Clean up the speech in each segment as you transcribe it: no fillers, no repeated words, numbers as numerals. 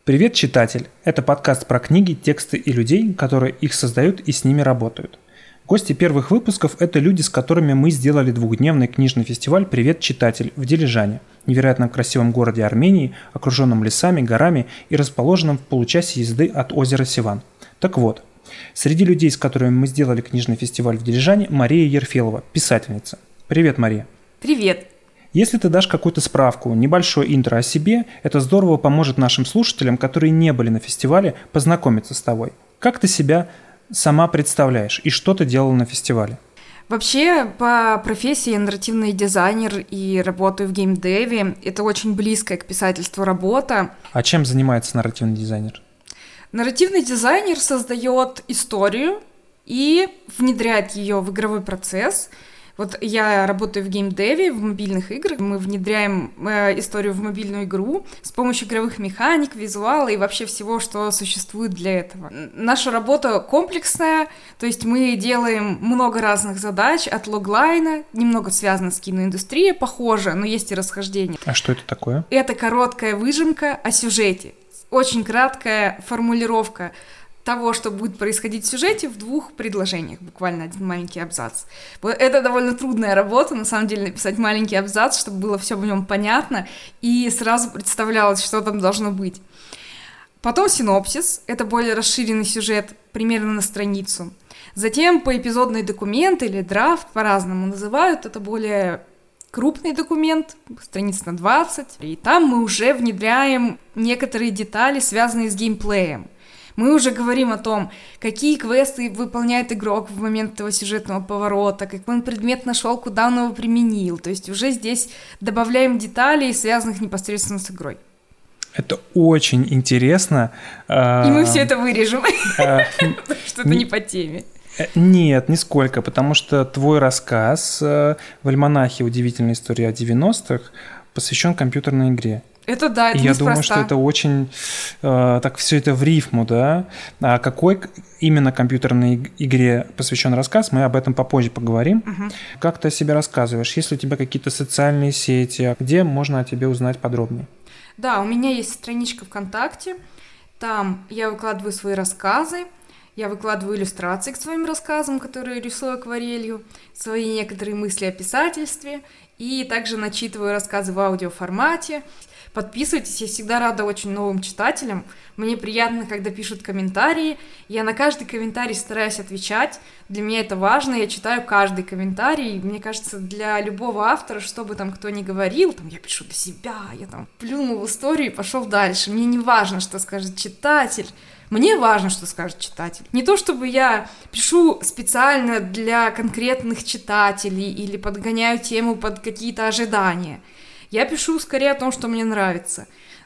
Привет, читатель! Это подкаст про книги, тексты и людей, которые их создают и с ними работают. Гости первых выпусков – это люди, с которыми мы сделали двухдневный книжный фестиваль «Привет, читатель» в Дилижане, невероятно красивом городе Армении, окруженном лесами, горами и расположенном в получасе езды от озера Севан. Так вот, среди людей, с которыми мы сделали книжный фестиваль в Дилижане, Мария Ерфелова, писательница. Привет, Мария! Привет! Если ты дашь какую-то справку, небольшое интро о себе, это здорово поможет нашим слушателям, которые не были на фестивале, познакомиться с тобой. Как ты себя сама представляешь и что ты делала на фестивале? Вообще, по профессии я нарративный дизайнер и работаю в геймдеве. Это очень близкая к писательству работа. А чем занимается нарративный дизайнер? Нарративный дизайнер создает историю и внедряет ее в игровой процесс. Вот я работаю в геймдеве, в мобильных играх. Мы внедряем историю в мобильную игру с помощью игровых механик, визуала и вообще всего, что существует для этого. Наша работа комплексная, то есть мы делаем много разных задач от логлайна, немного связано с киноиндустрией, похоже, но есть и расхождения. А что это такое? Это короткая выжимка о сюжете, очень краткая формулировка того, что будет происходить в сюжете в двух предложениях, буквально один маленький абзац. Это довольно трудная работа, на самом деле, написать маленький абзац, чтобы было все в нем понятно и сразу представлялось, что там должно быть. Потом синопсис, это более расширенный сюжет, примерно на страницу. Затем поэпизодный документ или драфт, по-разному называют, это более крупный документ, страниц на 20, и там мы уже внедряем некоторые детали, связанные с геймплеем. Мы уже говорим о том, какие квесты выполняет игрок в момент этого сюжетного поворота, какой он предмет нашел, куда он его применил. То есть уже здесь добавляем деталей, связанных непосредственно с игрой. Это очень интересно. И мы все это вырежем, потому что это не по теме. Нет, нисколько, потому что твой рассказ в альманахе «Удивительная история о 90-х» посвящен компьютерной игре. Это да, это я неспроста. думаю, что это очень так все это в рифму, да. А какой именно компьютерной игре посвящен рассказ, мы об этом попозже поговорим. Угу. Как ты о себе рассказываешь? Есть ли у тебя какие-то социальные сети? Где можно о тебе узнать подробнее? Да, у меня есть страничка ВКонтакте. Там я выкладываю свои рассказы, я выкладываю иллюстрации к своим рассказам, которые рисую акварелью, свои некоторые мысли о писательстве, и также начитываю рассказы в аудиоформате. Подписывайтесь, я всегда рада очень новым читателям. Мне приятно, когда пишут комментарии. Я на каждый комментарий стараюсь отвечать. Для меня это важно, я читаю каждый комментарий. Мне кажется, для любого автора, что бы там кто ни говорил, там, я пишу для себя, я там плюнул в историю и пошел дальше. Мне не важно, что скажет читатель. Мне важно, что скажет читатель. Не то, чтобы я пишу специально для конкретных читателей или подгоняю тему под какие-то ожидания. Я пишу скорее о том, что мне нравится.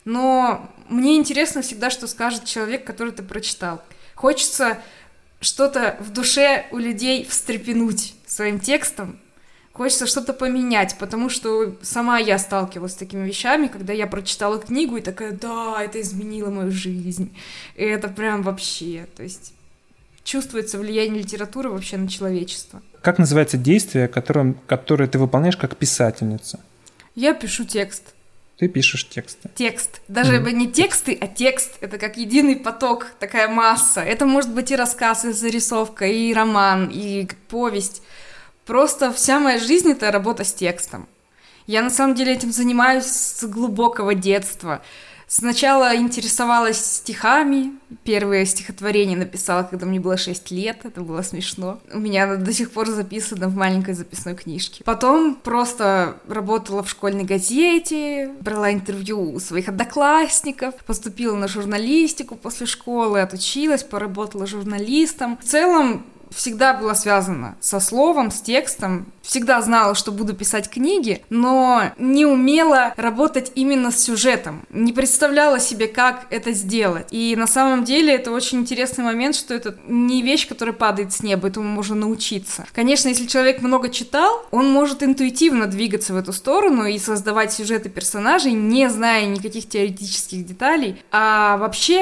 Но мне интересно всегда, что скажет человек, который ты прочитал. Хочется что-то в душе у людей встрепенуть своим текстом. Хочется что-то поменять, потому что сама я сталкивалась с такими вещами, когда я прочитала книгу и такая, да, это изменило мою жизнь. И это прям вообще, то есть чувствуется влияние литературы вообще на человечество. Как называется действие, которое ты выполняешь как писательница? Я пишу текст. Ты пишешь тексты. Текст. Даже не тексты, а текст. Это как единый поток, такая масса. Это может быть и рассказ, и зарисовка, и роман, и повесть. Просто вся моя жизнь — это работа с текстом. Я на самом деле этим занимаюсь с глубокого детства. Сначала интересовалась стихами. Первое стихотворение написала, когда мне было 6 лет. Это было смешно. У меня оно до сих пор записано в маленькой записной книжке. Потом просто работала в школьной газете, брала интервью у своих одноклассников, поступила на журналистику после школы, отучилась, поработала журналистом. В целом, всегда была связана со словом, с текстом. Всегда знала, что буду писать книги, но не умела работать именно с сюжетом. Не представляла себе, как это сделать. И на самом деле это очень интересный момент, что это не вещь, которая падает с неба, этому можно научиться. Конечно, если человек много читал, он может интуитивно двигаться в эту сторону и создавать сюжеты персонажей, не зная никаких теоретических деталей. А вообще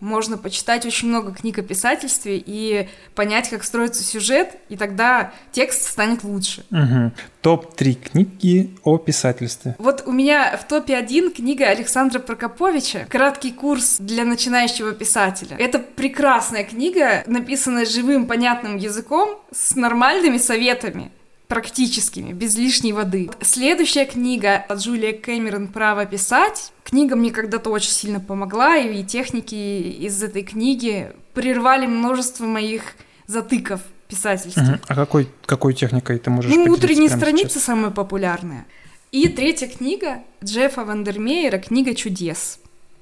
можно почитать очень много книг о писательстве и понять, как строится сюжет, и тогда текст станет лучше. Угу. Топ-3 книги о писательстве. Вот у меня в топе 1 книга Александра Прокоповича «Краткий курс для начинающего писателя». Это прекрасная книга, написанная живым, понятным языком, с нормальными советами, практическими, без лишней воды. Следующая книга от Джулии Кэмерон «Право писать». Книга мне когда-то очень сильно помогла, и техники из этой книги прервали множество моих затыков писательских. А какой техникой ты можешь поделиться? Утренние страницы самая популярная. И третья книга Джеффа Вандермеера «Книга чудес».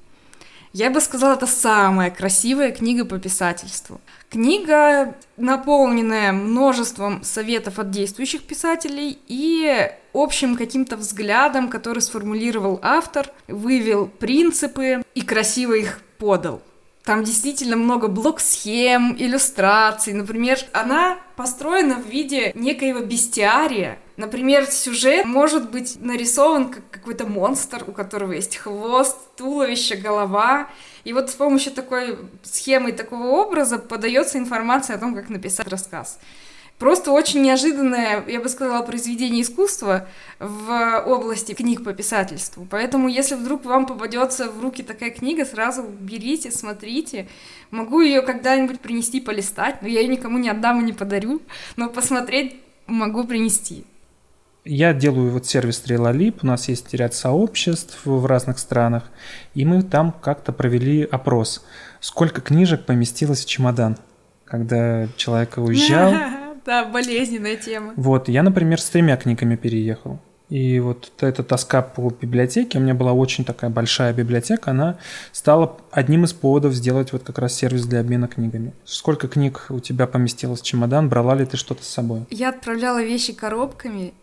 Я бы сказала, это самая красивая книга по писательству. Книга, наполненная множеством советов от действующих писателей и общим каким-то взглядом, который сформулировал автор, вывел принципы и красиво их подал. Там действительно много блок-схем, иллюстраций. Например, она построена в виде некоего бестиария. Например, сюжет может быть нарисован как какой-то монстр, у которого есть хвост, туловище, голова. И вот с помощью такой схемы, такого образа подается информация о том, как написать рассказ. Просто очень неожиданное, я бы сказала, произведение искусства в области книг по писательству. Поэтому, если вдруг вам попадется в руки такая книга, сразу берите, смотрите. Могу ее когда-нибудь принести полистать, но я ее никому не отдам и не подарю, но посмотреть могу принести. Я делаю вот сервис Trelalib, у нас есть ряд сообществ в разных странах, и мы там как-то провели опрос, сколько книжек поместилось в чемодан, когда человек уезжал. Да, болезненная тема. Вот, я, например, с 3 книгами переехал. И вот эта тоска по библиотеке, у меня была очень такая большая библиотека, она стала одним из поводов сделать вот как раз сервис для обмена книгами. Сколько книг у тебя поместилось в чемодан, брала ли ты что-то с собой? Я отправляла вещи коробками,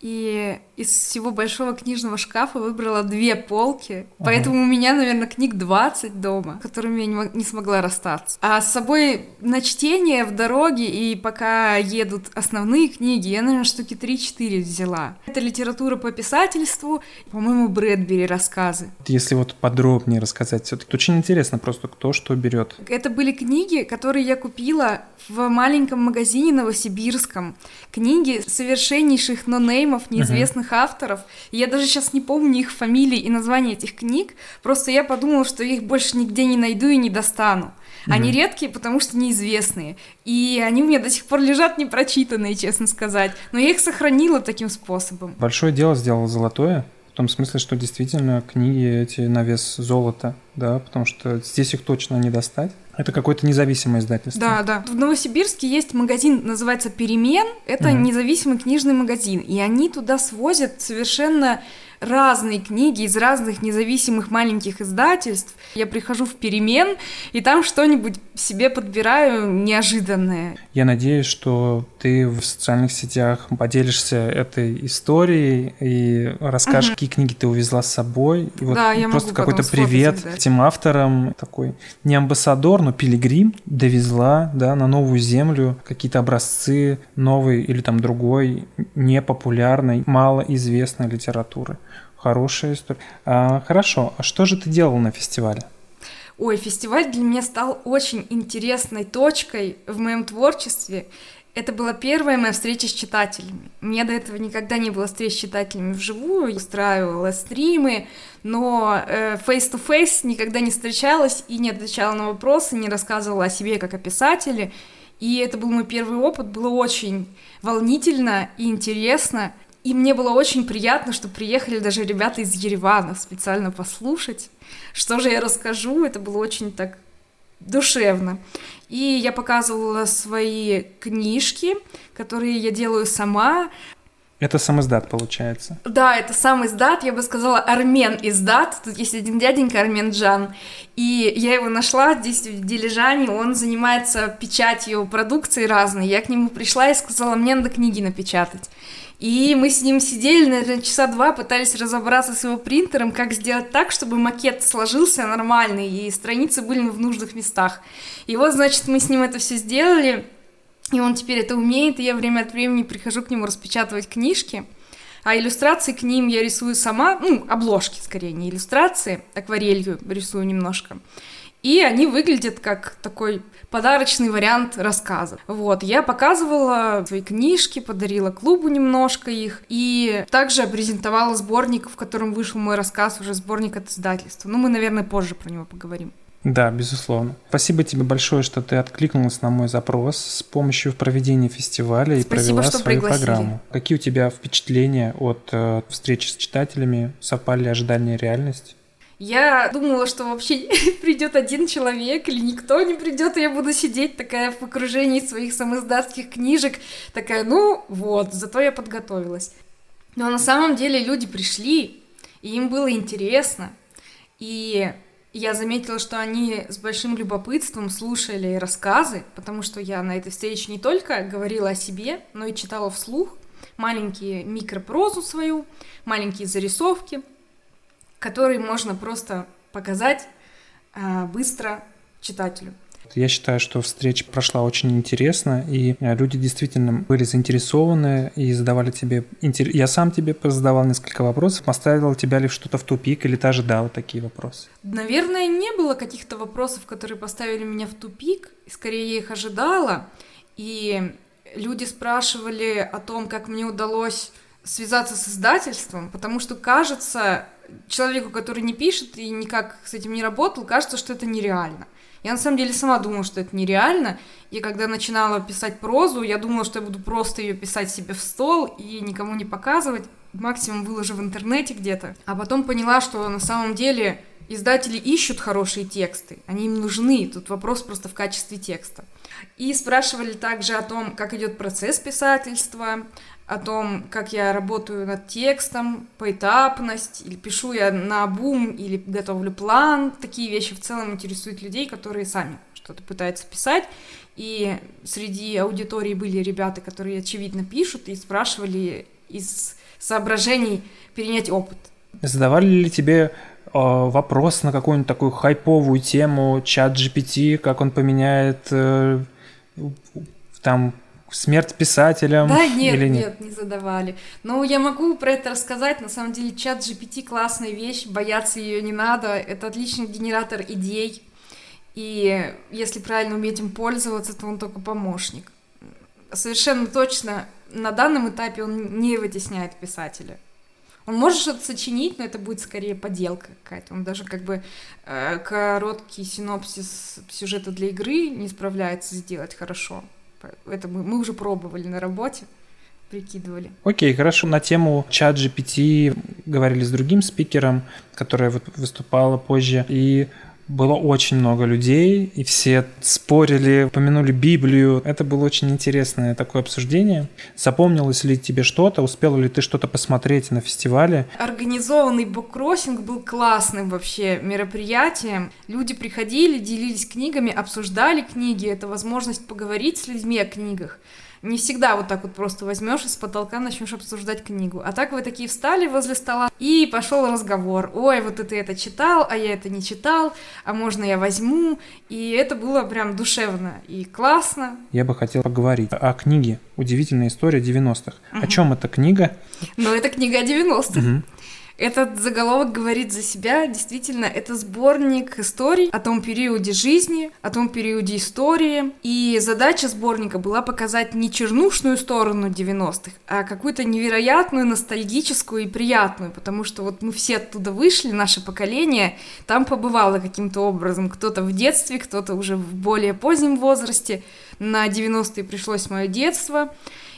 и из всего большого книжного шкафа выбрала 2 полки, поэтому у меня, наверное, книг 20 дома, которыми я не смогла расстаться. А с собой на чтение в дороге и пока едут основные книги, я, наверное, штуки 3-4 взяла. Это литература по писательству, по-моему, Брэдбери рассказы. Если вот подробнее рассказать, все-таки очень интересно просто, кто что берет. Это были книги, которые я купила в маленьком магазине новосибирском. Книги совершеннейших нонеймов, неизвестных авторов. Я даже сейчас не помню их фамилии и названия этих книг, просто я подумала, что я их больше нигде не найду и не достану. Они редкие, потому что неизвестные. И они у меня до сих пор лежат непрочитанные, честно сказать. Но я их сохранила таким способом. Большое дело сделал золотое. В том смысле, что действительно книги эти на вес золота, да, потому что здесь их точно не достать. Это какое-то независимое издательство. Да, да. В Новосибирске есть магазин, называется «Перемен». Это независимый книжный магазин. И они туда свозят совершенно разные книги из разных независимых маленьких издательств. Я прихожу в «Перемен», и там что-нибудь себе подбираю неожиданное. Я надеюсь, что ты в социальных сетях поделишься этой историей и расскажешь, какие книги ты увезла с собой. И вот да, я просто могу какой-то привет этим авторам. Такой не амбассадор, но пилигрим довезла, да, на новую землю какие-то образцы новой или там другой непопулярной, малоизвестной литературы. Хорошая история. Хорошо, а что же ты делал на фестивале? Ой, фестиваль для меня стал очень интересной точкой в моем творчестве. Это была первая моя встреча с читателями. У меня до этого никогда не было встреч с читателями вживую, я устраивала стримы, но face-to-face никогда не встречалась и не отвечала на вопросы, не рассказывала о себе как о писателе. И это был мой первый опыт, было очень волнительно и интересно. И мне было очень приятно, что приехали даже ребята из Еревана специально послушать, что же я расскажу. Это было очень так душевно. И я показывала свои книжки, которые я делаю сама. Это сам издат, получается? Да, это сам издат, я бы сказала, Армен издат. Тут есть один дяденька, Армен Джан. И я его нашла здесь в Дилижане, он занимается печатью продукции разной. Я к нему пришла и сказала, мне надо книги напечатать. И мы с ним сидели, наверное, часа 2, пытались разобраться с его принтером, как сделать так, чтобы макет сложился нормальный, и страницы были в нужных местах. И вот, значит, мы с ним это все сделали, и он теперь это умеет, и я время от времени прихожу к нему распечатывать книжки, а иллюстрации к ним я рисую сама, обложки скорее, не иллюстрации, акварелью рисую немножко. И они выглядят как такой подарочный вариант рассказа. Вот, я показывала свои книжки, подарила клубу немножко их, и также презентовала сборник, в котором вышел мой рассказ, уже сборник от издательства. Ну, мы, наверное, позже про него поговорим. Да, безусловно. Спасибо тебе большое, что ты откликнулась на мой запрос с помощью проведения фестиваля и провела свою программу. Какие у тебя впечатления от встречи с читателями? Совпали ли ожидания и реальность? Я думала, что вообще придет один человек или никто не придет, и я буду сидеть такая в окружении своих самоиздатских книжек, такая, ну вот, зато я подготовилась. Но на самом деле люди пришли, и им было интересно, и я заметила, что они с большим любопытством слушали рассказы, потому что я на этой встрече не только говорила о себе, но и читала вслух маленькие микропрозу свою, маленькие зарисовки, которые можно просто показать быстро читателю. Я считаю, что встреча прошла очень интересно, и люди действительно были заинтересованы и задавали тебе... Я сам тебе задавал несколько вопросов. Поставил тебя ли что-то в тупик, или ты ожидала такие вопросы? Наверное, не было каких-то вопросов, которые поставили меня в тупик. Скорее, я их ожидала. И люди спрашивали о том, как мне удалось связаться с издательством, потому что, кажется, человеку, который не пишет и никак с этим не работал, кажется, что это нереально. Я на самом деле сама думала, что это нереально, и когда начинала писать прозу, я думала, что я буду просто ее писать себе в стол и никому не показывать, максимум выложу в интернете где-то. А потом поняла, что на самом деле издатели ищут хорошие тексты, они им нужны, тут вопрос просто в качестве текста. И спрашивали также о том, как идет процесс писательства, о том, как я работаю над текстом, поэтапность, или пишу я наобум, или готовлю план. Такие вещи в целом интересуют людей, которые сами что-то пытаются писать. И среди аудитории были ребята, которые, очевидно, пишут и спрашивали из соображений перенять опыт. Задавали ли тебе вопрос на какую-нибудь такую хайповую тему, ChatGPT, как он поменяет там... смерть писателям? Да, нет, или нет, не задавали. Но я могу про это рассказать. На самом деле, ChatGPT классная вещь, бояться ее не надо. Это отличный генератор идей. И если правильно уметь им пользоваться, то он только помощник. Совершенно точно на данном этапе он не вытесняет писателя. Он может что-то сочинить, но это будет скорее поделка какая-то. Он даже как бы короткий синопсис сюжета для игры не справляется сделать хорошо. Это мы уже пробовали на работе, прикидывали. Окей, хорошо. На тему ChatGPT говорили с другим спикером, которая выступала позже, и было очень много людей, и все спорили, упомянули Библию. Это было очень интересное такое обсуждение. Запомнилось ли тебе что-то? Успела ли ты что-то посмотреть на фестивале? Организованный буккроссинг был классным вообще мероприятием. Люди приходили, делились книгами, обсуждали книги. Это возможность поговорить с людьми о книгах. Не всегда вот так вот просто возьмешь и с потолка начнешь обсуждать книгу. А так вы такие встали возле стола, и пошел разговор. Ой, вот ты это читал, а я это не читал, а можно я возьму? И это было прям душевно и классно. Я бы хотел поговорить о книге «Удивительная история 90-х». О чем эта книга? Ну, это книга о 90-х. Этот заголовок говорит за себя. Действительно, это сборник историй о том периоде жизни, о том периоде истории. И задача сборника была показать не чернушную сторону 90-х, а какую-то невероятную, ностальгическую и приятную, потому что вот мы все оттуда вышли, наше поколение там побывало каким-то образом. Кто-то в детстве, кто-то уже в более позднем возрасте. На 90-е пришлось мое детство.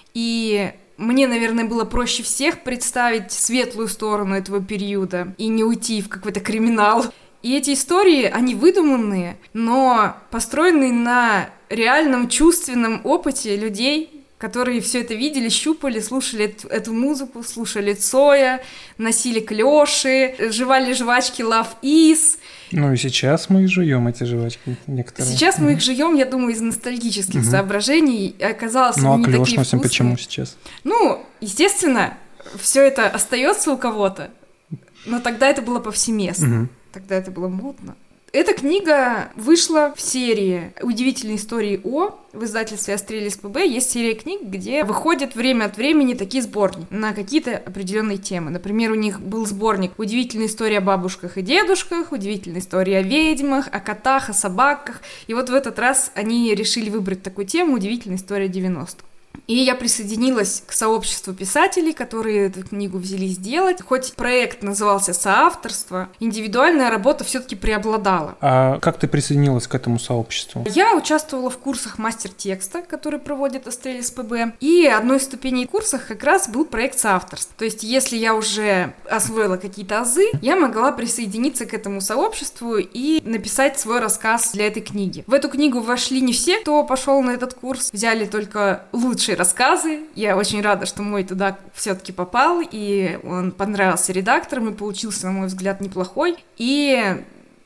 И мне, наверное, было проще всех представить светлую сторону этого периода и не уйти в какой-то криминал. И эти истории, они выдуманные, но построенные на реальном чувственном опыте людей, которые все это видели, щупали, слушали эту музыку, слушали Цоя, носили клёши, жевали жвачки Love Is. Ну и сейчас мы жуем эти жвачки некоторые. Сейчас мы их жуем, я думаю, из ностальгических соображений. Оказалось, они не такие вкусные. Почему сейчас? Ну, естественно, все это остается у кого-то, но тогда это было повсеместно. Тогда это было модно. Эта книга вышла в серии «Удивительные истории О». В издательстве «Астрелис ПБ» есть серия книг, где выходят время от времени такие сборники на какие-то определенные темы. Например, у них был сборник «Удивительные истории о бабушках и дедушках», «Удивительные истории о ведьмах», о котах, о собаках. И вот в этот раз они решили выбрать такую тему «Удивительная история 90-х». И я присоединилась к сообществу писателей, которые эту книгу взялись делать. Хоть проект назывался «Соавторство», индивидуальная работа все-таки преобладала. А как ты присоединилась к этому сообществу? Я участвовала в курсах мастер текста, который проводит Астрелис ПБ, и одной из ступеней в курсах как раз был проект «Соавторство». То есть, если я уже освоила какие-то азы, я могла присоединиться к этому сообществу и написать свой рассказ для этой книги. В эту книгу вошли не все, кто пошел на этот курс, взяли только лучшие рассказы. Я очень рада, что мой туда все-таки попал, и он понравился редакторам, и получился, на мой взгляд, неплохой. И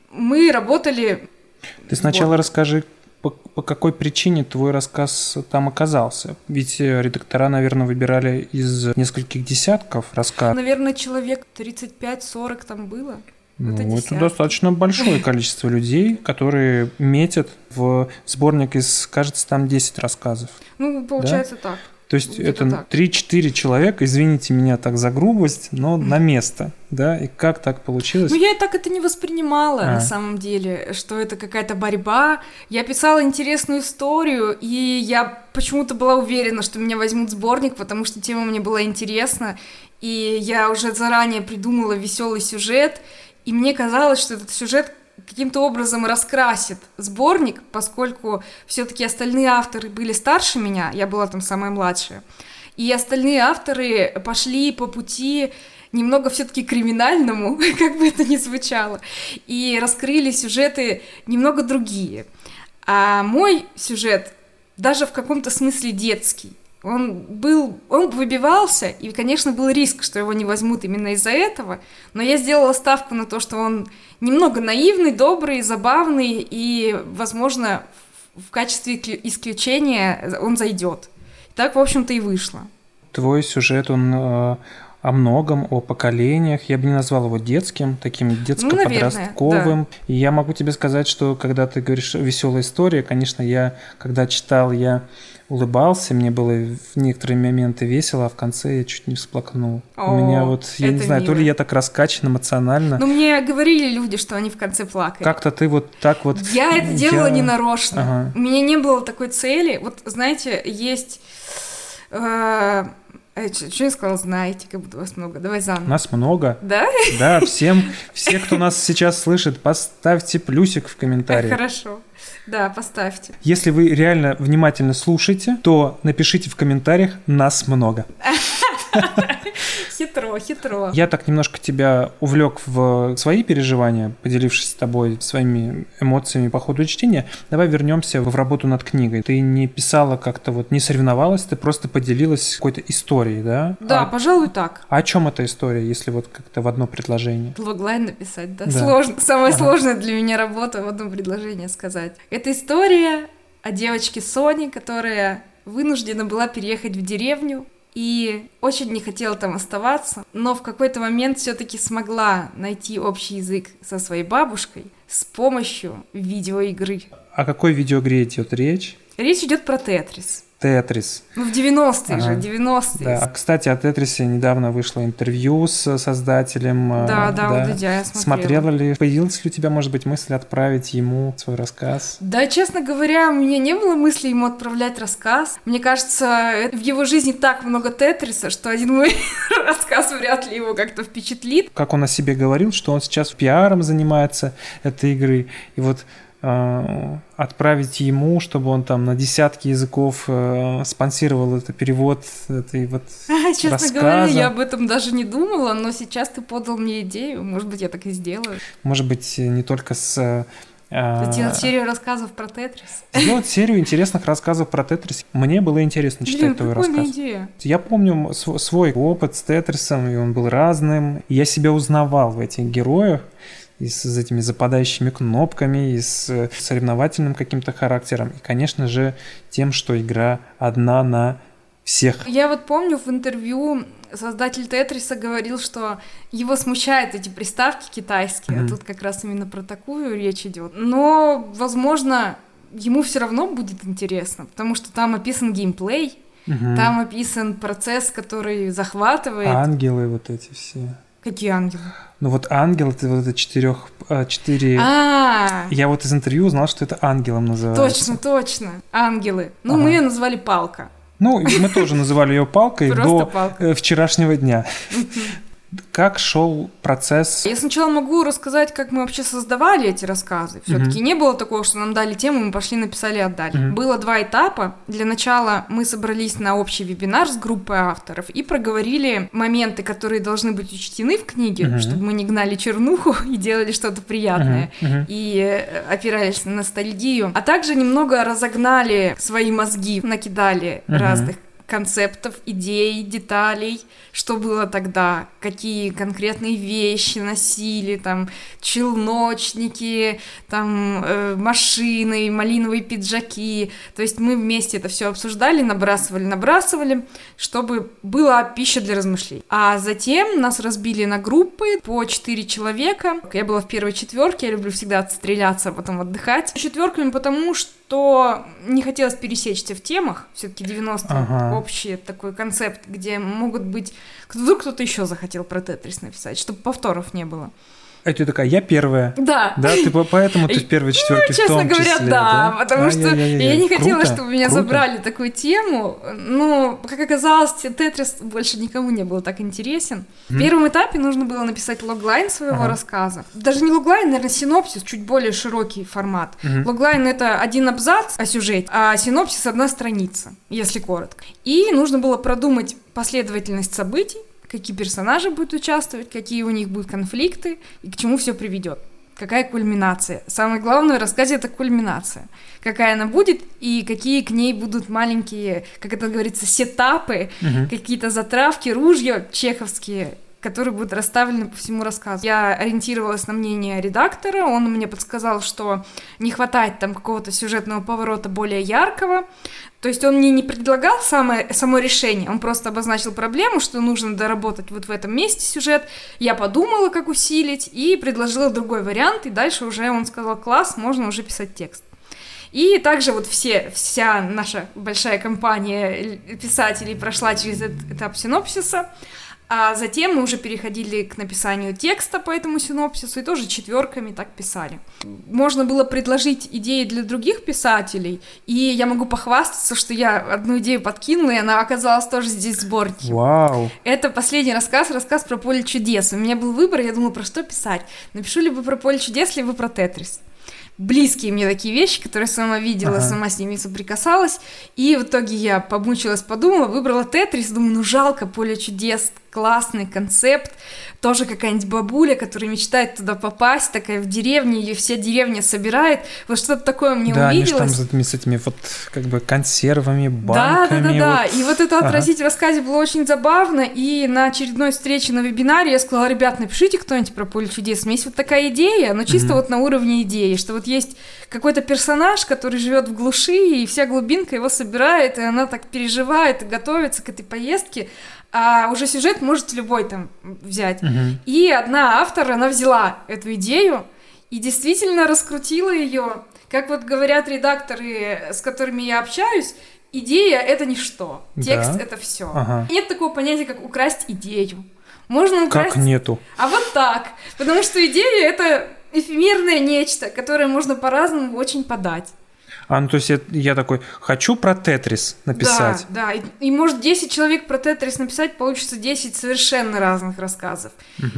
мы работали... Ты сначала расскажи, по какой причине твой рассказ там оказался? Ведь редактора, наверное, выбирали из нескольких десятков рассказов. Наверное, человек 35-40 там было. Это достаточно большое количество людей, которые метят в сборник из, кажется, там 10 рассказов. Ну, получается, да? Так. То есть это 3-4 человека, извините меня так за грубость, но на место, да? И как так получилось? Ну, я так это не воспринимала, на самом деле, что это какая-то борьба. Я писала интересную историю, и я почему-то была уверена, что меня возьмут в сборник, потому что тема мне была интересна, и я уже заранее придумала веселый сюжет, и мне казалось, что этот сюжет каким-то образом раскрасит сборник, поскольку все-таки остальные авторы были старше меня, я была там самая младшая, и остальные авторы пошли по пути немного все-таки криминальному, как бы это ни звучало, и раскрыли сюжеты немного другие. А мой сюжет даже в каком-то смысле детский. Он выбивался, и, конечно, был риск, что его не возьмут именно из-за этого, но я сделала ставку на то, что он немного наивный, добрый, забавный, и, возможно, в качестве исключения он зайдет. Так, в общем-то, и вышло. Твой сюжет, он о многом, о поколениях. Я бы не назвал его детским, таким детско-подростковым. Да. И я могу тебе сказать, что когда ты говоришь «веселая история», конечно, я, когда читал, я улыбался, мне было в некоторые моменты весело, а в конце я чуть не всплакнул. У меня вот, я не знаю, мило. То ли я так раскачан эмоционально. Ну, мне говорили люди, что они в конце плакали. Как-то ты вот так вот... Я это делала ненарочно. Ага. У меня не было такой цели. Вот, знаете, есть... Что я сказала, знаете, как будто вас много. Давай заново. Нас много. Да? Да, все, кто нас сейчас слышит, поставьте плюсик в комментариях. Хорошо. Да, поставьте. Если вы реально внимательно слушаете, то напишите в комментариях «нас много». Хитро. Я так немножко тебя увлек в свои переживания, поделившись с тобой своими эмоциями по ходу чтения. Давай вернемся в работу над книгой. Ты не писала как-то вот, не соревновалась, ты просто поделилась какой-то историей, да? Да, пожалуй, так. А о чем эта история, если вот как-то в одно предложение? Логлайн написать, да? Сложно. Самая сложная для меня работа в одно предложение сказать. Это история о девочке Соне, которая вынуждена была переехать в деревню и очень не хотела там оставаться, но в какой-то момент все-таки смогла найти общий язык со своей бабушкой с помощью видеоигры. О какой видеоигре идет речь? Речь идет про Тетрис. Тетрис. Ну, в 90-е же, 90-е. Да. Кстати, о Тетрисе недавно вышло интервью с создателем. Да, у Дудя я смотрела. Смотрела ли? Появилась ли у тебя, может быть, мысль отправить ему свой рассказ? Да, честно говоря, у меня не было мысли ему отправлять рассказ. Мне кажется, в его жизни так много Тетриса, что один мой рассказ вряд ли его как-то впечатлит. Как он о себе говорил, что он сейчас пиаром занимается этой игры, и вот отправить ему, чтобы он там на десятки языков спонсировал это перевод этой вот честно рассказа. Говоря, я об этом даже не думала, но сейчас ты подал мне идею, может быть, я так и сделаю. Может быть, не только с... Сделать серию рассказов про Тетрис. Сделать серию интересных рассказов про Тетрис. Мне было интересно читать твой рассказ. Идея. Я помню свой опыт с Тетрисом, и он был разным. Я себя узнавал в этих героях. И с этими западающими кнопками, и с соревновательным каким-то характером. И, конечно же, тем, что игра одна на всех. Я вот помню в интервью создатель Тетриса говорил, что его смущают эти приставки китайские, а тут как раз именно про такую речь идет. Но, возможно, ему все равно будет интересно, потому что там описан геймплей, там описан процесс, который захватывает. Ангелы вот эти все. Какие ангелы? Ну вот ангел, это вот это 4... Я вот из интервью узнал, что это ангелом называется. Точно, ангелы. Ну, мы ее назвали палка. Ну, мы тоже называли ее палкой до вчерашнего дня. Как шел процесс? Я сначала могу рассказать, как мы вообще создавали эти рассказы. Все-таки не было такого, что нам дали тему, мы пошли, написали, отдали. Было 2 этапа. Для начала мы собрались на общий вебинар с группой авторов и проговорили моменты, которые должны быть учтены в книге, чтобы мы не гнали чернуху и делали что-то приятное, и опирались на ностальгию. А также немного разогнали свои мозги, накидали разных концептов, идей, деталей, что было тогда, какие конкретные вещи носили, там, челночники, там, машины, малиновые пиджаки. То есть мы вместе это все обсуждали, набрасывали, чтобы была пища для размышлений. А затем нас разбили на группы по 4 человека. Я была в первой 4, я люблю всегда отстреляться, а потом отдыхать. 4, потому что не хотелось пересечься в темах, все-таки 90-е общий такой концепт, где могут быть... Вдруг кто-то еще захотел про Тетрис написать, чтобы повторов не было. А ты такая, я первая. Да. Да, поэтому ты в первой 4 в том числе. Честно говоря, да, потому что я не хотела, чтобы меня забрали такую тему. Ну, как оказалось, Тетрис больше никому не был так интересен. В первом этапе нужно было написать логлайн своего рассказа. Даже не логлайн, наверное, синопсис, чуть более широкий формат. Логлайн — это 1 абзац о сюжете, а синопсис — 1 страница, если коротко. И нужно было продумать последовательность событий, какие персонажи будут участвовать, какие у них будут конфликты и к чему все приведет. Какая кульминация. Самое главное в рассказе — это кульминация. Какая она будет и какие к ней будут маленькие, как это говорится, сетапы, какие-то затравки, ружья чеховские, которые будут расставлены по всему рассказу. Я ориентировалась на мнение редактора, он мне подсказал, что не хватает там какого-то сюжетного поворота более яркого. То есть он мне не предлагал само решение, он просто обозначил проблему, что нужно доработать вот в этом месте сюжет. Я подумала, как усилить, и предложила другой вариант, и дальше уже он сказал: класс, можно уже писать текст. И также вот вся наша большая компания писателей прошла через этот этап синопсиса, а затем мы уже переходили к написанию текста по этому синопсису и тоже 4 так писали. Можно было предложить идеи для других писателей, и я могу похвастаться, что я одну идею подкинула, и она оказалась тоже здесь в сборнике. Вау! Это последний рассказ про поле чудес. У меня был выбор, я думала, про что писать. Напишу либо про поле чудес, либо про Тетрис. Близкие мне такие вещи, которые я сама видела, сама с ними соприкасалась. И в итоге я помучилась, подумала, выбрала Тетрис, думаю, ну жалко, поле чудес, классный концепт. Тоже какая-нибудь бабуля, которая мечтает туда попасть, такая в деревне, ее вся деревня собирает. Вот что-то такое мне увиделось. Да, они же там с этими вот как бы консервами, банками. Да. Вот. И вот это отразить в рассказе было очень забавно. И на очередной встрече на вебинаре я сказала: ребят, напишите кто-нибудь про поле чудес. У меня есть вот такая идея, но чисто вот на уровне идеи, что вот есть какой-то персонаж, который живет в глуши, и вся глубинка его собирает, и она так переживает и готовится к этой поездке. А уже сюжет можете любой там взять. И одна автор, она взяла эту идею и действительно раскрутила ее. Как вот говорят редакторы, с которыми я общаюсь, идея — это ничто, текст — это все. Нет такого понятия, как украсть идею. Можно украсть... Как нету? А вот так. Потому что идея — это эфемерное нечто, которое можно по-разному очень подать. Ну то есть я такой, хочу про Тетрис написать. Да. И может 10 человек про Тетрис написать, получится 10 совершенно разных рассказов.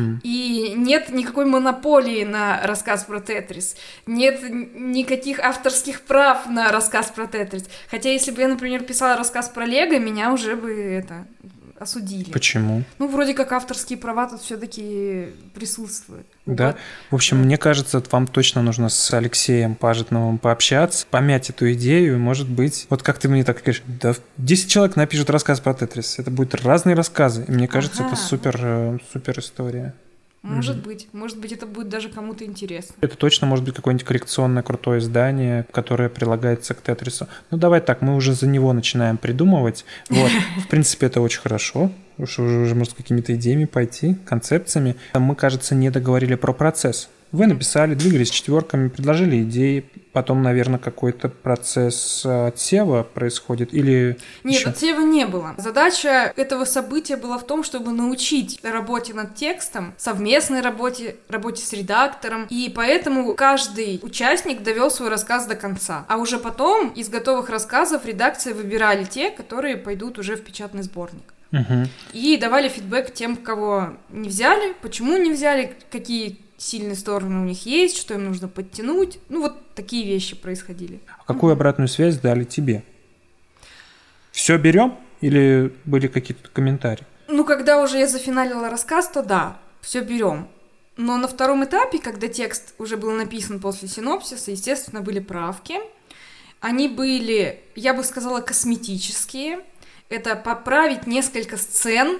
И нет никакой монополии на рассказ про Тетрис. Нет никаких авторских прав на рассказ про Тетрис. Хотя если бы я, например, писала рассказ про Лего, меня уже бы осудили. Почему? Ну, вроде как авторские права тут все-таки присутствуют. Да. Вот. В общем, мне кажется, вам точно нужно с Алексеем Пажетновым пообщаться, помять эту идею, может быть. Вот как ты мне так говоришь, да, 10 человек напишут рассказ про Тетрис. Это будут разные рассказы. И мне кажется, это супер история. Может быть, это будет даже кому-то интересно. Это точно может быть какое-нибудь коррекционное крутое издание, которое прилагается к Тетрису. Ну, давай так, мы уже за него начинаем придумывать. Вот, в принципе, это очень хорошо. Уже может с какими-то идеями пойти, концепциями. Мы, кажется, не договорили про процесс. Вы написали, двигались четверками, предложили идеи, потом, наверное, какой-то процесс отсева происходит или Нет, еще? отсева не было. Задача этого события была в том, чтобы научить работе над текстом, совместной работе с редактором, и поэтому каждый участник довел свой рассказ до конца. А уже потом из готовых рассказов редакции выбирали те, которые пойдут уже в печатный сборник. И давали фидбэк тем, кого не взяли, почему не взяли, какие сильные стороны у них есть, что им нужно подтянуть. Ну, вот такие вещи происходили. А какую обратную связь дали тебе? Все берем или были какие-то комментарии? Ну, когда уже я зафиналила рассказ, то да, все берем. Но на втором этапе, когда текст уже был написан после синопсиса, естественно, были правки. Они были, я бы сказала, косметические. Это поправить несколько сцен,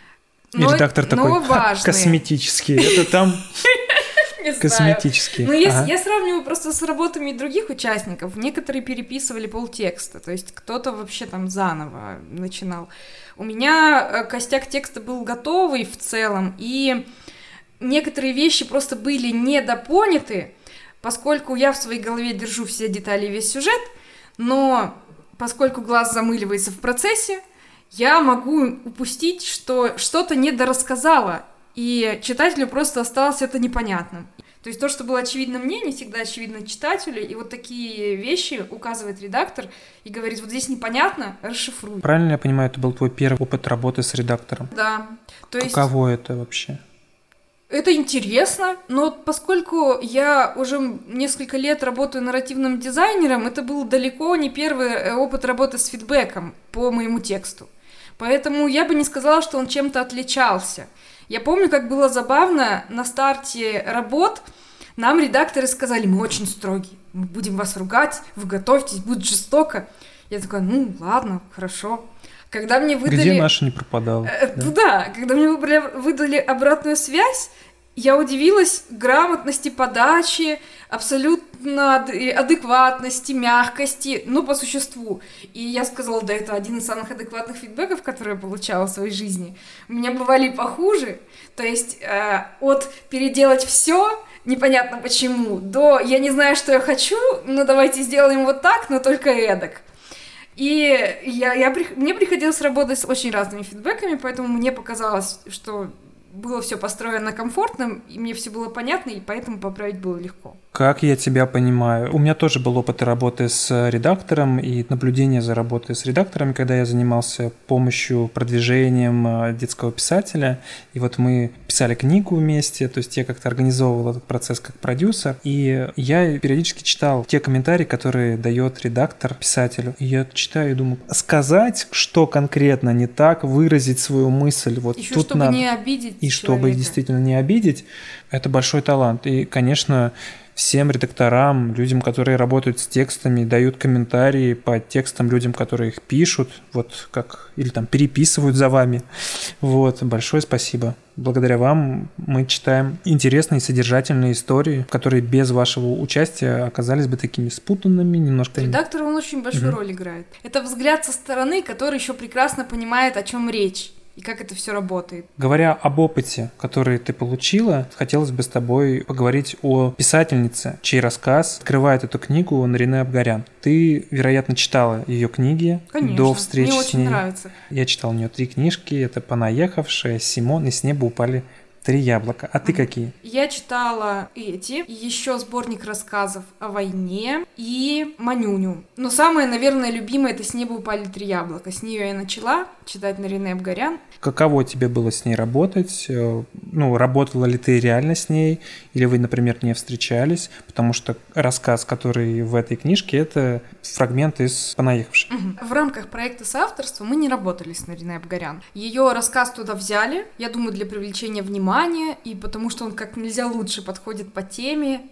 И редактор такой, важные. Косметические, это там косметические. Ну, я сравниваю просто с работами других участников. Некоторые переписывали полтекста, то есть кто-то вообще там заново начинал. У меня костяк текста был готовый в целом, и некоторые вещи просто были недопоняты, поскольку я в своей голове держу все детали и весь сюжет, но поскольку глаз замыливается в процессе, я могу упустить, что что-то недорассказала, и читателю просто осталось это непонятным. То есть то, что было очевидно мне, не всегда очевидно читателю, и вот такие вещи указывает редактор и говорит, вот здесь непонятно, расшифруй. Правильно я понимаю, это был твой первый опыт работы с редактором? Да. То есть... Каково это вообще? Это интересно, но поскольку я уже несколько лет работаю нарративным дизайнером, это был далеко не первый опыт работы с фидбэком по моему тексту. Поэтому я бы не сказала, что он чем-то отличался. Я помню, как было забавно, на старте работ нам редакторы сказали, мы очень строгие, мы будем вас ругать, вы готовьтесь, будет жестоко. Я такая, ну ладно, хорошо. Когда мне выдали... Где наша не пропадала? Да, когда мне выдали обратную связь, я удивилась грамотности подачи, абсолютно адекватности, мягкости, ну, по существу. И я сказала, да, это один из самых адекватных фидбэков, которые я получала в своей жизни. У меня бывали и похуже, то есть от переделать все непонятно почему, до я не знаю, что я хочу, но давайте сделаем вот так, но только эдак. И мне приходилось работать с очень разными фидбэками, поэтому мне показалось, что было все построено комфортно, и мне все было понятно, и поэтому поправить было легко. Как я тебя понимаю. У меня тоже был опыт работы с редактором и наблюдение за работой с редакторами, когда я занимался помощью, продвижением детского писателя. И вот мы писали книгу вместе, то есть я как-то организовывал этот процесс как продюсер. И я периодически читал те комментарии, которые дает редактор писателю. И я читаю и думаю, сказать, что конкретно не так, выразить свою мысль. Вот еще тут чтобы надо... не обидеть И человека. чтобы действительно не обидеть, это большой талант. И, конечно, всем редакторам, людям, которые работают с текстами, дают комментарии по текстам людям, которые их пишут, вот как, или там переписывают за вами. Вот, большое спасибо. Благодаря вам мы читаем интересные, содержательные истории, которые без вашего участия оказались бы такими спутанными, немножко... Редактор, он очень большую роль играет. Это взгляд со стороны, который еще прекрасно понимает, о чем речь. И как это все работает. Говоря об опыте, который ты получила, хотелось бы с тобой поговорить о писательнице, чей рассказ открывает эту книгу, Нарине Абгарян. Ты, вероятно, читала ее книги. Конечно, до встречи мне с очень ней. нравится. Я читал у нее 3 книжки. Это «Понаехавшая», «Симон» и «С неба упали 3 яблока». А ты какие? Я читала эти, еще сборник рассказов о войне и Манюню. Но самое, наверное, любимое — это «С неба упали 3 яблока». С нее я начала читать Нарине Абгарян. Каково тебе было с ней работать? Ну, работала ли ты реально с ней? Или вы, например, не встречались? Потому что рассказ, который в этой книжке, это фрагмент из «Понаехавшей». В рамках проекта соавторства мы не работали с Нариной Абгарян. Ее рассказ туда взяли, я думаю, для привлечения внимания, и потому что он как нельзя лучше подходит по теме,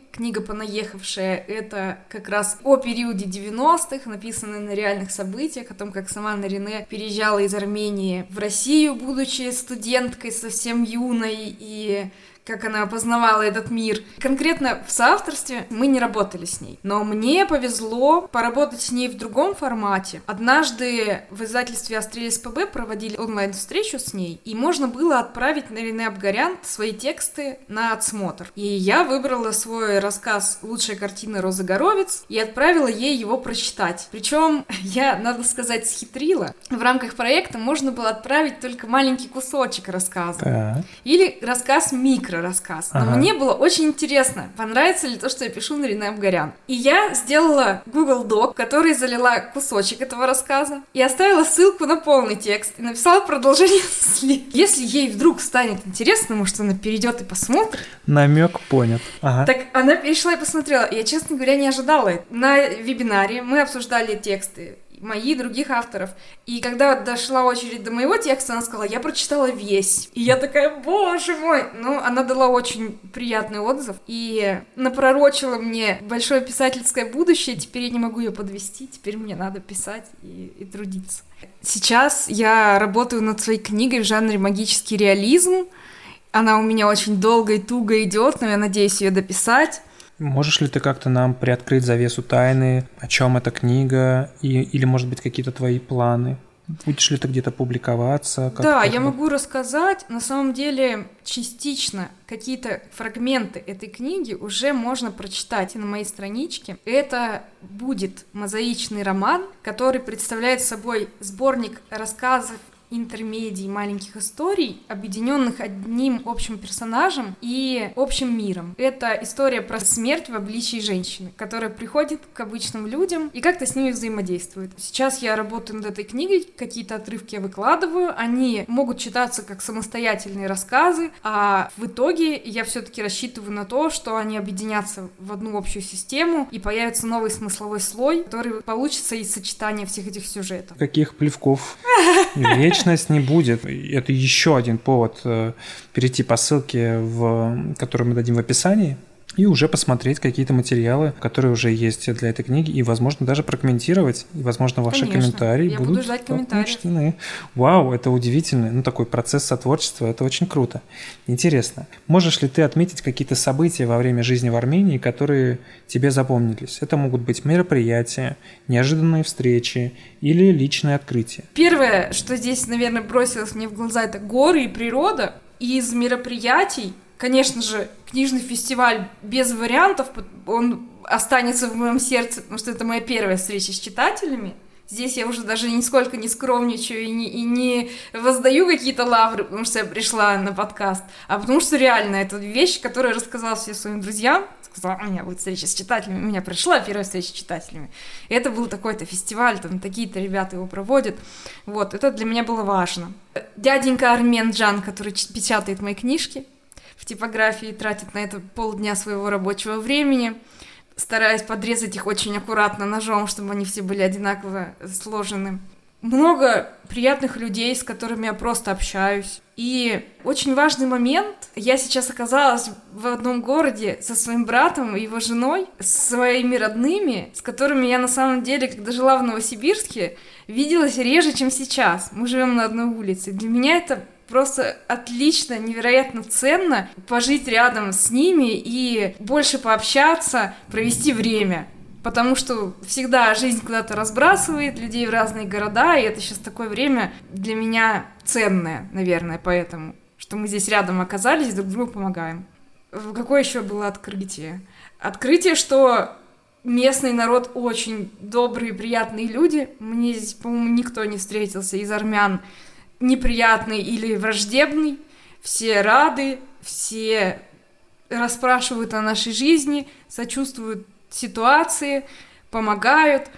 Книга «Понаехавшая» — это как раз о периоде 90-х, написанная на реальных событиях, о том, как сама Нарине переезжала из Армении в Россию, будучи студенткой совсем юной, и как она познавала этот мир. Конкретно в соавторстве мы не работали с ней, но мне повезло поработать с ней в другом формате. Однажды в издательстве «Астрелис ПБ» проводили онлайн-встречу с ней, и можно было отправить Нарине Абгарян свои тексты на отсмотр. И я выбрала свой рассказ «Лучшая картина Розы Горовиц» и отправила ей его прочитать. Причем я, надо сказать, схитрила. В рамках проекта можно было отправить только маленький кусочек рассказа. Или рассказ-микро. Рассказ. Но мне было очень интересно, понравится ли то, что я пишу Нарине Абгарян. И я сделала Google Doc, в который залила кусочек этого рассказа, и оставила ссылку на полный текст, и написала продолжение слив. Если ей вдруг станет интересно, может, она перейдет и посмотрит. Намек понят. Так она перешла и посмотрела. Я, честно говоря, не ожидала это. На вебинаре мы обсуждали тексты мои, других авторов. И когда дошла очередь до моего текста, она сказала: я прочитала весь. И я такая: боже мой! Ну, она дала очень приятный отзыв и напророчила мне большое писательское будущее. Теперь я не могу ее подвести, теперь мне надо писать и трудиться. Сейчас я работаю над своей книгой в жанре магический реализм. Она у меня очень долго и туго идет, но я надеюсь ее дописать. Можешь ли ты как-то нам приоткрыть завесу тайны, о чем эта книга, или, может быть, какие-то твои планы? Будешь ли ты где-то публиковаться? Да, я могу рассказать. На самом деле, частично какие-то фрагменты этой книги уже можно прочитать на моей страничке. Это будет мозаичный роман, который представляет собой сборник рассказов, интермедий, маленьких историй, объединенных одним общим персонажем и общим миром. Это история про смерть в обличии женщины, которая приходит к обычным людям и как-то с ними взаимодействует. Сейчас я работаю над этой книгой, какие-то отрывки я выкладываю, они могут читаться как самостоятельные рассказы, а в итоге я все-таки рассчитываю на то, что они объединятся в одну общую систему и появится новый смысловой слой, который получится из сочетания всех этих сюжетов. Каких плевков? Вечность не будет. Это еще один повод перейти по ссылке, которую мы дадим в описании, и уже посмотреть какие-то материалы, которые уже есть для этой книги, и, возможно, даже прокомментировать, и, возможно, ваши комментарии я будут буду ждать комментариев. учтены. Вау, это удивительно. Такой процесс сотворчества, это очень круто. Интересно. Можешь ли ты отметить какие-то события во время жизни в Армении, которые тебе запомнились? Это могут быть мероприятия, неожиданные встречи или личные открытия. Первое, что здесь, наверное, бросилось мне в глаза, это горы и природа. Из мероприятий, конечно же, книжный фестиваль без вариантов, он останется в моем сердце, потому что это моя первая встреча с читателями. Здесь я уже даже нисколько не скромничаю и не воздаю какие-то лавры, потому что я пришла на подкаст, а потому что реально это вещь, которую я рассказала всем своим друзьям. Сказала: у меня будет встреча с читателями. У меня прошла первая встреча с читателями. И это был такой-то фестиваль, там такие-то ребята его проводят. Вот, это для меня было важно. Дяденька Армен Джан, который печатает мои книжки в типографии, тратит на это полдня своего рабочего времени, стараясь подрезать их очень аккуратно ножом, чтобы они все были одинаково сложены. Много приятных людей, с которыми я просто общаюсь. И очень важный момент. Я сейчас оказалась в одном городе со своим братом и его женой, с своими родными, с которыми я на самом деле, когда жила в Новосибирске, виделась реже, чем сейчас. Мы живем на одной улице. Для меня это просто отлично, невероятно ценно пожить рядом с ними и больше пообщаться, провести время. Потому что всегда жизнь куда-то разбрасывает людей в разные города, и это сейчас такое время для меня ценное, наверное, поэтому, что мы здесь рядом оказались, друг другу помогаем. Какое еще было открытие? Открытие, что местный народ очень добрые, приятные люди. Мне здесь, по-моему, никто не встретился из армян неприятный или враждебный. Все рады, все расспрашивают о нашей жизни, сочувствуют ситуации, помогают.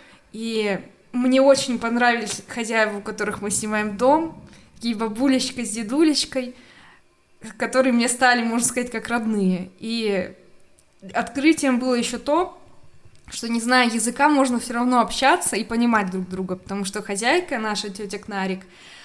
И мне очень понравились хозяева, у которых мы снимаем дом, такие бабулечка с дедулечкой, которые мне стали, можно сказать, как родные. И открытием было еще то, что, не зная языка, можно все равно общаться и понимать друг друга, потому что хозяйка, наша тетя Кнарик,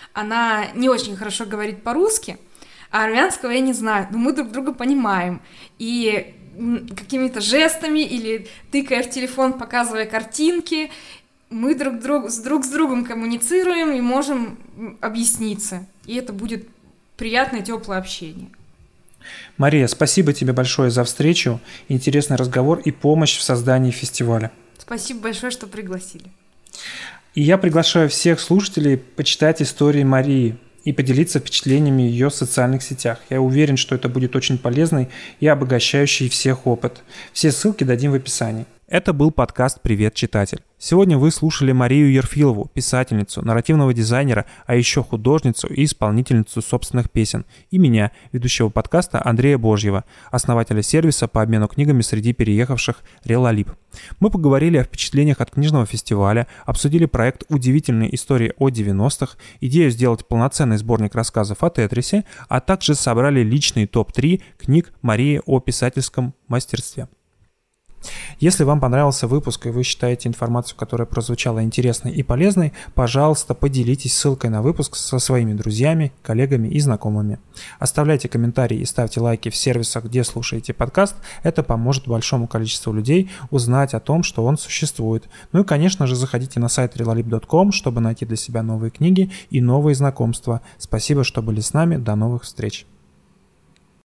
она не очень хорошо говорит по-русски, а армянского я не знаю, но мы друг друга понимаем. И какими-то жестами или тыкая в телефон, показывая картинки. Мы друг с другом коммуницируем и можем объясниться. И это будет приятное, теплое общение. Мария, спасибо тебе большое за встречу, интересный разговор и помощь в создании фестиваля. Спасибо большое, что пригласили. И я приглашаю всех слушателей почитать истории Марии и поделиться впечатлениями ее в социальных сетях. Я уверен, что это будет очень полезный и обогащающий всех опыт. Все ссылки дадим в описании. Это был подкаст «Привет, читатель». Сегодня вы слушали Марию Ерфилову, писательницу, нарративного дизайнера, а еще художницу и исполнительницу собственных песен, и меня, ведущего подкаста Андрея Божьего, основателя сервиса по обмену книгами среди переехавших Релалиб. Мы поговорили о впечатлениях от книжного фестиваля, обсудили проект «Удивительные истории о 90-х», идею сделать полноценный сборник рассказов о Тетрисе, а также собрали личный топ-3 книг Марии о писательском мастерстве. Если вам понравился выпуск и вы считаете информацию, которая прозвучала, интересной и полезной, пожалуйста, поделитесь ссылкой на выпуск со своими друзьями, коллегами и знакомыми. Оставляйте комментарии и ставьте лайки в сервисах, где слушаете подкаст. Это поможет большому количеству людей узнать о том, что он существует. Ну и, конечно же, заходите на сайт relalib.com, чтобы найти для себя новые книги и новые знакомства. Спасибо, что были с нами. До новых встреч.